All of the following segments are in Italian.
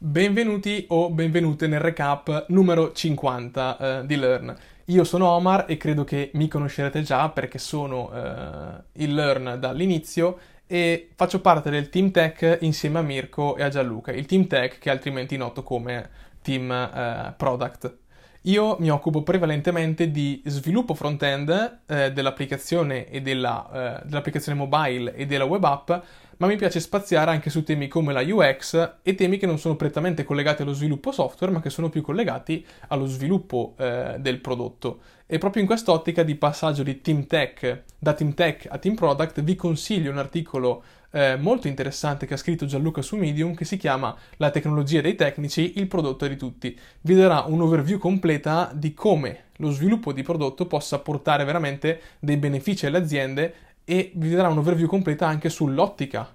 Benvenuti o benvenute nel recap numero 50 di Learn. Io sono Omar e credo che mi conoscerete già perché sono il Learn dall'inizio e faccio parte del Team Tech insieme a Mirko e a Gianluca, il Team Tech che è altrimenti noto come Team Product. Io mi occupo prevalentemente di sviluppo front-end dell'applicazione e dell'applicazione mobile e della web app, ma mi piace spaziare anche su temi come la UX e temi che non sono prettamente collegati allo sviluppo software, ma che sono più collegati allo sviluppo del prodotto. E proprio in quest'ottica di passaggio di Team Tech, da Team Tech a Team Product, vi consiglio un articolo molto interessante che ha scritto Gianluca su Medium che si chiama La tecnologia dei tecnici, il prodotto è di tutti. Vi darà un overview completa di come lo sviluppo di prodotto possa portare veramente dei benefici alle aziende e vi darà un overview completa anche sull'ottica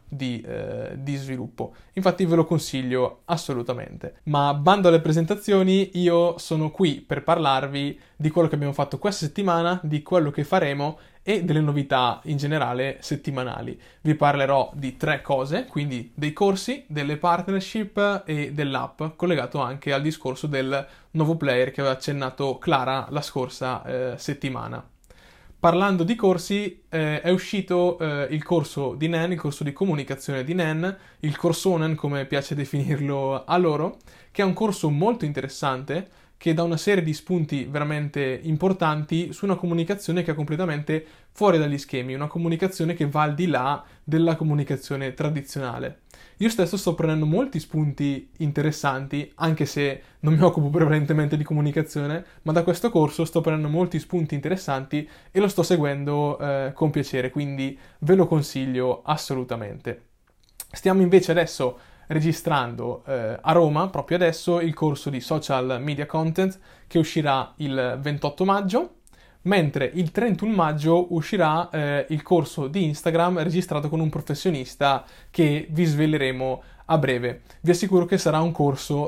di sviluppo. Infatti ve lo consiglio assolutamente. Ma bando alle presentazioni, io sono qui per parlarvi di quello che abbiamo fatto questa settimana, di quello che faremo e delle novità in generale settimanali. Vi parlerò di 3 cose, quindi dei corsi, delle partnership e dell'app, collegato anche al discorso del nuovo player che aveva accennato Clara la scorsa settimana. Parlando di corsi, è uscito il corso di NEN, il corso di comunicazione di NEN, il corsonen come piace definirlo a loro, che è un corso molto interessante che dà una serie di spunti veramente importanti su una comunicazione che è completamente fuori dagli schemi, una comunicazione che va al di là della comunicazione tradizionale. Io stesso sto prendendo molti spunti interessanti, anche se non mi occupo prevalentemente di comunicazione, ma da questo corso sto prendendo molti spunti interessanti e lo sto seguendo con piacere, quindi ve lo consiglio assolutamente. Stiamo invece adesso registrando a Roma, proprio adesso, il corso di Social Media Content che uscirà il 28 maggio, mentre il 31 maggio uscirà il corso di Instagram registrato con un professionista che vi sveleremo a breve. Vi assicuro che sarà un corso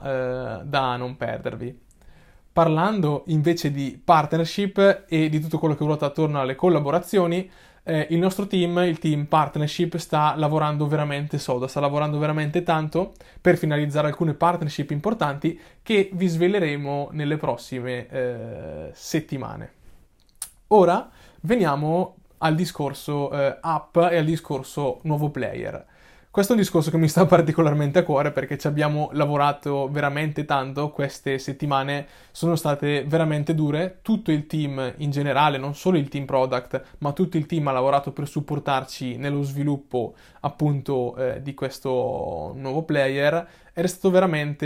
da non perdervi. Parlando invece di partnership e di tutto quello che ruota attorno alle collaborazioni, il nostro team, il team partnership, sta lavorando veramente sodo, sta lavorando veramente tanto per finalizzare alcune partnership importanti che vi sveleremo nelle prossime settimane. Ora veniamo al discorso app e al discorso nuovo player. Questo è un discorso che mi sta particolarmente a cuore perché ci abbiamo lavorato veramente tanto, queste settimane sono state veramente dure, tutto il team in generale, non solo il team product, ma tutto il team ha lavorato per supportarci nello sviluppo appunto di questo nuovo player ed è stato veramente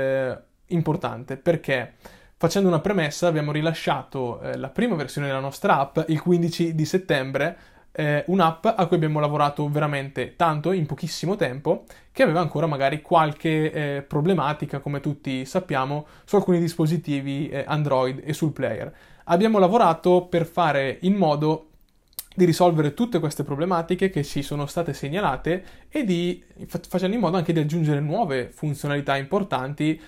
importante perché facendo una premessa abbiamo rilasciato la prima versione della nostra app il 15 di settembre, un'app a cui abbiamo lavorato veramente tanto in pochissimo tempo, che aveva ancora magari qualche problematica, come tutti sappiamo, su alcuni dispositivi Android e sul player. Abbiamo lavorato per fare in modo di risolvere tutte queste problematiche che ci sono state segnalate e facendo in modo anche di aggiungere nuove funzionalità importanti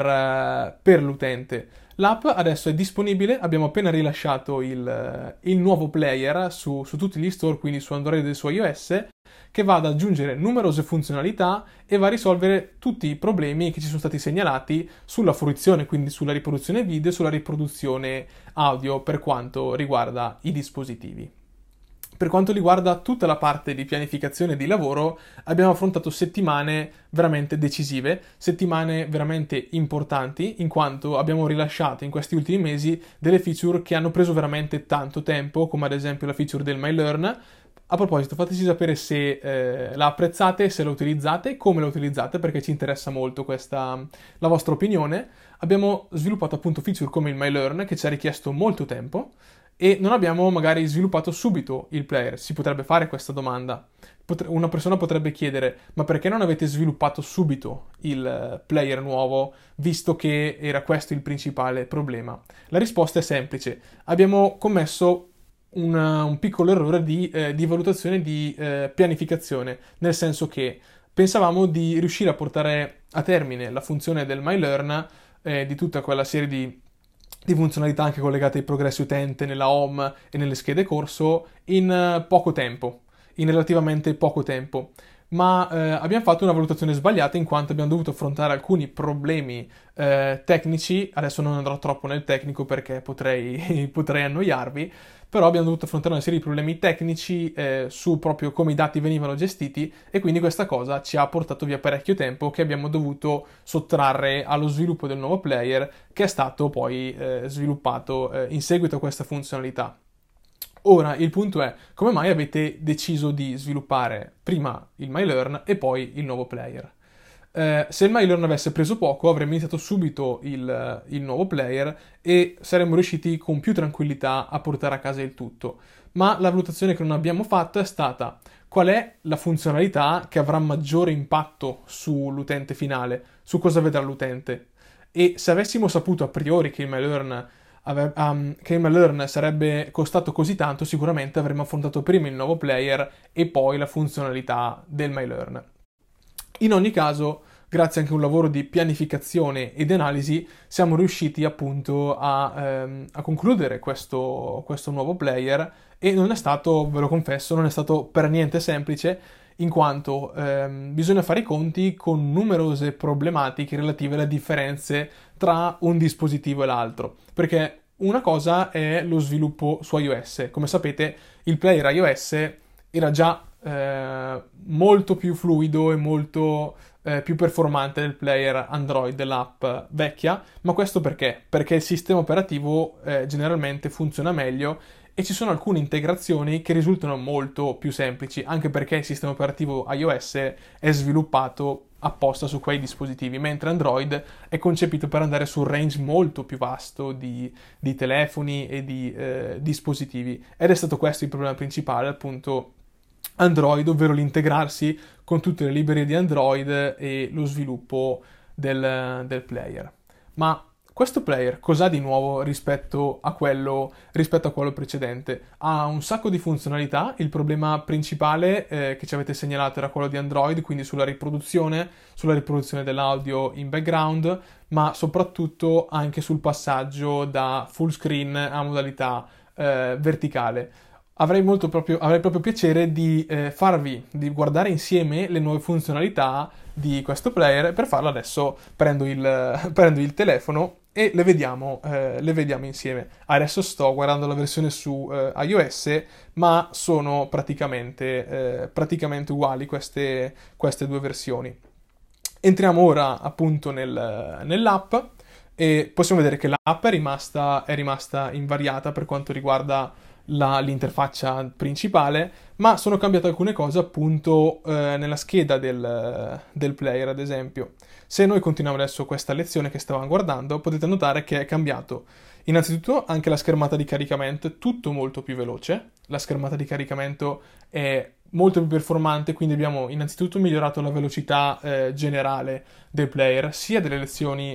per l'utente. L'app adesso è disponibile, abbiamo appena rilasciato il nuovo player su tutti gli store, quindi su Android e su iOS, che va ad aggiungere numerose funzionalità e va a risolvere tutti i problemi che ci sono stati segnalati sulla fruizione, quindi sulla riproduzione video e sulla riproduzione audio per quanto riguarda i dispositivi. Per quanto riguarda tutta la parte di pianificazione di lavoro, abbiamo affrontato settimane veramente decisive, settimane veramente importanti, in quanto abbiamo rilasciato in questi ultimi mesi delle feature che hanno preso veramente tanto tempo, come ad esempio la feature del MyLearn. A proposito, fateci sapere se la apprezzate, se la utilizzate, come la utilizzate, perché ci interessa molto la vostra opinione. Abbiamo sviluppato appunto feature come il MyLearn, che ci ha richiesto molto tempo, e non abbiamo magari sviluppato subito il player. Si potrebbe fare questa domanda. Una persona potrebbe chiedere, ma perché non avete sviluppato subito il player nuovo, visto che era questo il principale problema? La risposta è semplice. Abbiamo commesso un piccolo errore di valutazione di pianificazione, nel senso che pensavamo di riuscire a portare a termine la funzione del MyLearn, di tutta quella serie di funzionalità anche collegate ai progressi utente nella home e nelle schede corso in poco tempo, in relativamente poco tempo. ma abbiamo fatto una valutazione sbagliata in quanto abbiamo dovuto affrontare alcuni problemi tecnici. Adesso non andrò troppo nel tecnico perché potrei annoiarvi, però abbiamo dovuto affrontare una serie di problemi tecnici su proprio come i dati venivano gestiti, e quindi questa cosa ci ha portato via parecchio tempo che abbiamo dovuto sottrarre allo sviluppo del nuovo player, che è stato poi sviluppato in seguito a questa funzionalità. Ora, il punto è, come mai avete deciso di sviluppare prima il MyLearn e poi il nuovo player? Se il MyLearn avesse preso poco, avremmo iniziato subito il nuovo player e saremmo riusciti con più tranquillità a portare a casa il tutto. Ma la valutazione che non abbiamo fatto è stata: qual è la funzionalità che avrà maggiore impatto sull'utente finale, su cosa vedrà l'utente. E se avessimo saputo a priori che che il MyLearn sarebbe costato così tanto, sicuramente avremmo affrontato prima il nuovo player e poi la funzionalità del MyLearn. In ogni caso, grazie anche a un lavoro di pianificazione ed analisi, siamo riusciti appunto a concludere questo nuovo player, e non è stato, ve lo confesso, non è stato per niente semplice, in quanto bisogna fare i conti con numerose problematiche relative alle differenze tra un dispositivo e l'altro. Perché una cosa è lo sviluppo su iOS. Come sapete, il player iOS era già molto più fluido e molto più performante del player Android dell'app vecchia. Ma questo perché? Perché il sistema operativo generalmente funziona meglio e ci sono alcune integrazioni che risultano molto più semplici, anche perché il sistema operativo iOS è sviluppato apposta su quei dispositivi, mentre Android è concepito per andare su un range molto più vasto di telefoni e di dispositivi. Ed è stato questo il problema principale, appunto, Android, ovvero l'integrarsi con tutte le librerie di Android e lo sviluppo del player. Ma questo player cos'ha di nuovo rispetto a quello precedente? Ha un sacco di funzionalità. Il problema principale che ci avete segnalato era quello di Android, quindi sulla riproduzione dell'audio in background, ma soprattutto anche sul passaggio da full screen a modalità verticale. Avrei proprio piacere di di guardare insieme le nuove funzionalità di questo player. Per farlo adesso prendo il telefono e le vediamo insieme. Adesso sto guardando la versione su iOS, ma sono praticamente uguali queste due versioni. Entriamo ora appunto nell'app e possiamo vedere che l'app è rimasta invariata per quanto riguarda l'interfaccia principale, ma sono cambiate alcune cose appunto nella scheda del player, ad esempio. Se noi continuiamo adesso questa lezione che stavamo guardando, potete notare che è cambiato. Innanzitutto anche la schermata di caricamento è tutto molto più veloce, la schermata di caricamento è molto più performante, quindi abbiamo innanzitutto migliorato la velocità generale del player, sia delle lezioni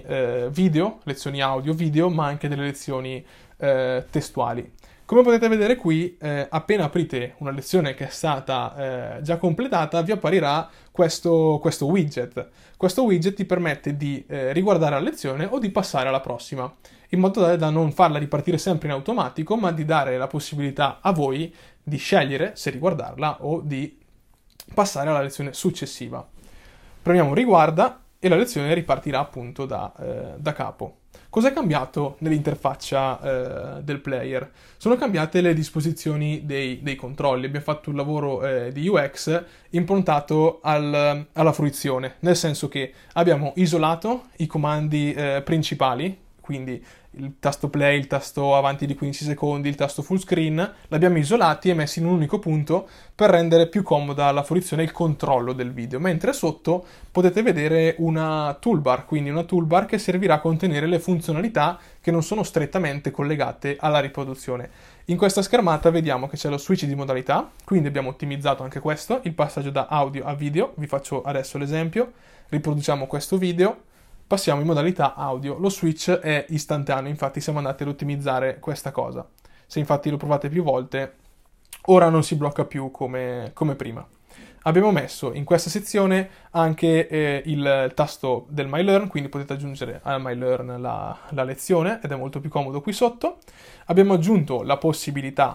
lezioni audio-video, ma anche delle lezioni testuali. Come potete vedere qui, appena aprite una lezione che è stata già completata, vi apparirà questo widget. Questo widget ti permette di riguardare la lezione o di passare alla prossima, in modo tale da non farla ripartire sempre in automatico, ma di dare la possibilità a voi di scegliere se riguardarla o di passare alla lezione successiva. Premiamo riguarda e la lezione ripartirà appunto da capo. Cos'è cambiato nell'interfaccia del player? Sono cambiate le disposizioni dei controlli. Abbiamo fatto un lavoro di UX improntato alla fruizione, nel senso che abbiamo isolato i comandi principali, quindi il tasto play, il tasto avanti di 15 secondi, il tasto full screen, l'abbiamo isolati e messi in un unico punto per rendere più comoda la fruizione e il controllo del video, mentre sotto potete vedere una toolbar, quindi una toolbar che servirà a contenere le funzionalità che non sono strettamente collegate alla riproduzione. In questa schermata vediamo che c'è lo switch di modalità, quindi abbiamo ottimizzato anche questo, il passaggio da audio a video. Vi faccio adesso l'esempio, riproduciamo questo video, passiamo in modalità audio. Lo switch è istantaneo, infatti siamo andati ad ottimizzare questa cosa. Se infatti lo provate più volte, ora non si blocca più come prima. Abbiamo messo in questa sezione anche il tasto del MyLearn, quindi potete aggiungere al MyLearn la lezione ed è molto più comodo qui sotto. Abbiamo aggiunto la possibilità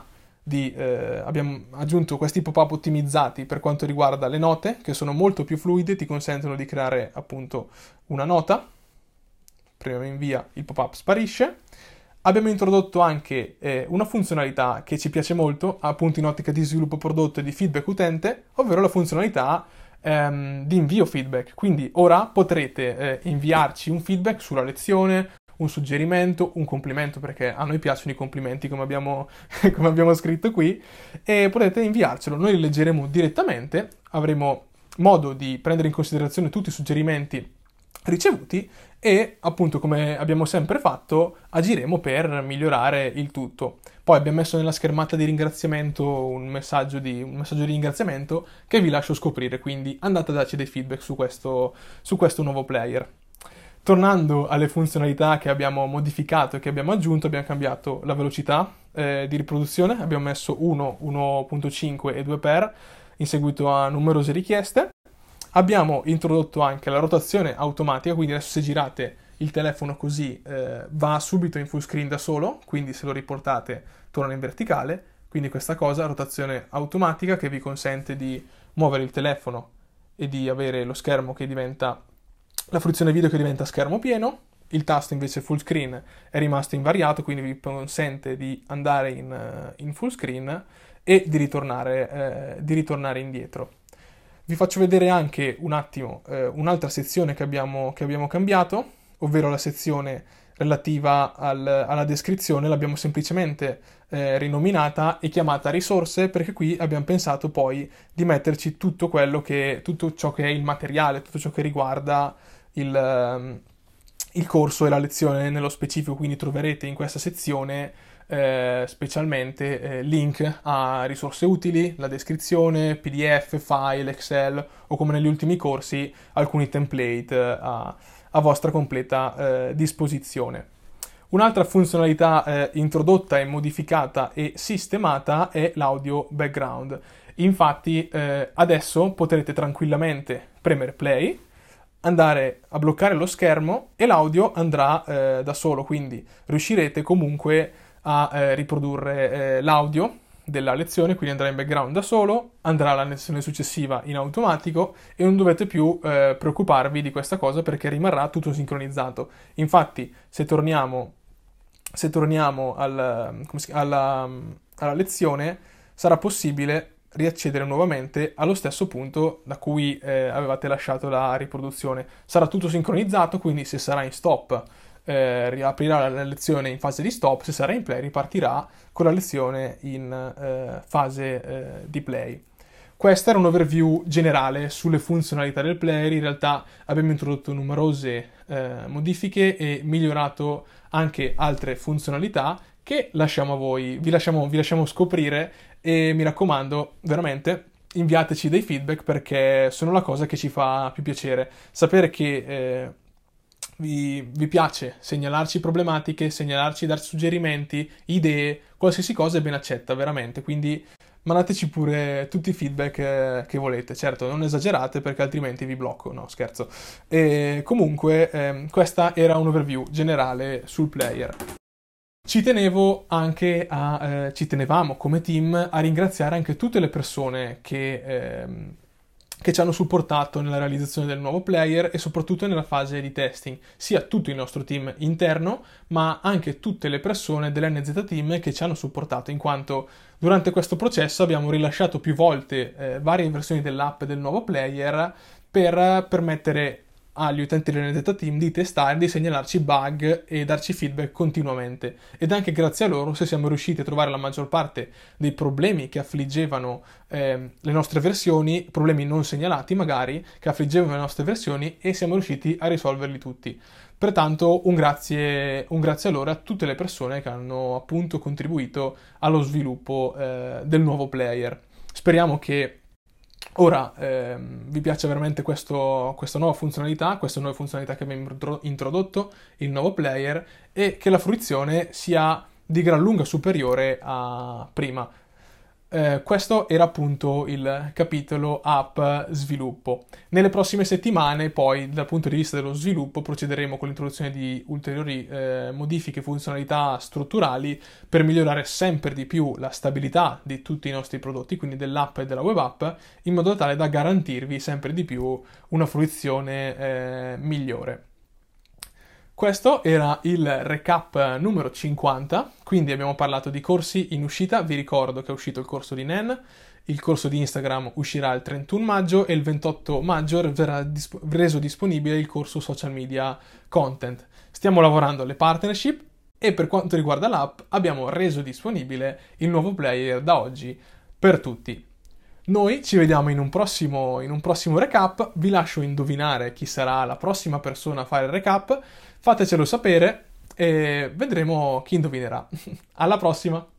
abbiamo aggiunto questi pop-up ottimizzati per quanto riguarda le note, che sono molto più fluide, ti consentono di creare appunto una nota, premiamo invia, il pop-up sparisce. Abbiamo introdotto anche una funzionalità che ci piace molto, appunto in ottica di sviluppo prodotto e di feedback utente, ovvero la funzionalità di invio feedback. Quindi ora potrete inviarci un feedback sulla lezione, un suggerimento, un complimento, perché a noi piacciono i complimenti come abbiamo, come abbiamo scritto qui, e potete inviarcelo. Noi li leggeremo direttamente, avremo modo di prendere in considerazione tutti i suggerimenti ricevuti e appunto, come abbiamo sempre fatto, agiremo per migliorare il tutto. Poi abbiamo messo nella schermata di ringraziamento un messaggio di ringraziamento che vi lascio scoprire, quindi andate a darci dei feedback su questo nuovo player. Tornando alle funzionalità che abbiamo modificato e che abbiamo aggiunto, abbiamo cambiato la velocità di riproduzione, abbiamo messo 1, 1.5 e 2x in seguito a numerose richieste. Abbiamo introdotto anche la rotazione automatica, quindi adesso se girate il telefono così va subito in full screen da solo, quindi se lo riportate torna in verticale, quindi questa cosa, rotazione automatica, che vi consente di muovere il telefono e di avere lo schermo che diventa, la fruizione video che diventa schermo pieno. Il tasto invece full screen è rimasto invariato, quindi vi consente di andare in full screen e di ritornare indietro. Vi faccio vedere anche un attimo un'altra sezione che abbiamo cambiato, ovvero la sezione relativa alla descrizione. L'abbiamo semplicemente rinominata e chiamata risorse, perché qui abbiamo pensato poi di metterci tutto ciò che è il materiale, tutto ciò che riguarda il corso e la lezione nello specifico, quindi troverete in questa sezione specialmente link a risorse utili, la descrizione, PDF, file, Excel o, come negli ultimi corsi, alcuni template a vostra completa disposizione. Un'altra funzionalità introdotta e modificata e sistemata è l'audio background. Infatti adesso potrete tranquillamente premere play, andare a bloccare lo schermo e l'audio andrà da solo, quindi riuscirete comunque a riprodurre l'audio della lezione, quindi andrà in background da solo, andrà alla lezione successiva in automatico e non dovete più preoccuparvi di questa cosa, perché rimarrà tutto sincronizzato. Infatti se torniamo alla lezione, sarà possibile riaccedere nuovamente allo stesso punto da cui avevate lasciato la riproduzione. Sarà tutto sincronizzato, quindi se sarà in stop riaprirà la lezione in fase di stop, se sarà in play ripartirà con la lezione in fase di play. Questa era un overview generale sulle funzionalità del player. In realtà abbiamo introdotto numerose modifiche e migliorato anche altre funzionalità che lasciamo a voi, vi lasciamo scoprire, e mi raccomando, veramente inviateci dei feedback, perché sono la cosa che ci fa più piacere. Sapere che vi piace segnalarci problematiche, darci suggerimenti, idee, qualsiasi cosa è ben accetta, veramente. Quindi mandateci pure tutti i feedback che volete. Certo, non esagerate, perché altrimenti vi blocco, no, scherzo. E comunque questa era un overview generale sul player. Ci tenevamo come team a ringraziare anche tutte le persone che ci hanno supportato nella realizzazione del nuovo player e soprattutto nella fase di testing, sia tutto il nostro team interno, ma anche tutte le persone dell'NZ Team che ci hanno supportato, in quanto durante questo processo abbiamo rilasciato più volte varie versioni dell'app del nuovo player per permettere agli utenti dell'NZ Team di testare, di segnalarci bug e darci feedback continuamente. Ed anche grazie a loro se siamo riusciti a trovare la maggior parte dei problemi che affliggevano le nostre versioni, problemi non segnalati magari, che affliggevano le nostre versioni, e siamo riusciti a risolverli tutti. Pertanto un grazie a loro, a tutte le persone che hanno appunto contribuito allo sviluppo del nuovo player. Speriamo che ora vi piace veramente queste nuove funzionalità che abbiamo introdotto, il nuovo player, e che la fruizione sia di gran lunga superiore a prima. Questo era appunto il capitolo app sviluppo. Nelle prossime settimane, poi, dal punto di vista dello sviluppo, procederemo con l'introduzione di ulteriori modifiche e funzionalità strutturali per migliorare sempre di più la stabilità di tutti i nostri prodotti, quindi dell'app e della web app, in modo tale da garantirvi sempre di più una fruizione migliore. Questo era il recap numero 50, quindi abbiamo parlato di corsi in uscita, vi ricordo che è uscito il corso di Nen, il corso di Instagram uscirà il 31 maggio e il 28 maggio verrà reso disponibile il corso social media content. Stiamo lavorando alle partnership e per quanto riguarda l'app abbiamo reso disponibile il nuovo player da oggi per tutti. Noi ci vediamo in un prossimo recap, vi lascio indovinare chi sarà la prossima persona a fare il recap, fatecelo sapere e vedremo chi indovinerà. Alla prossima!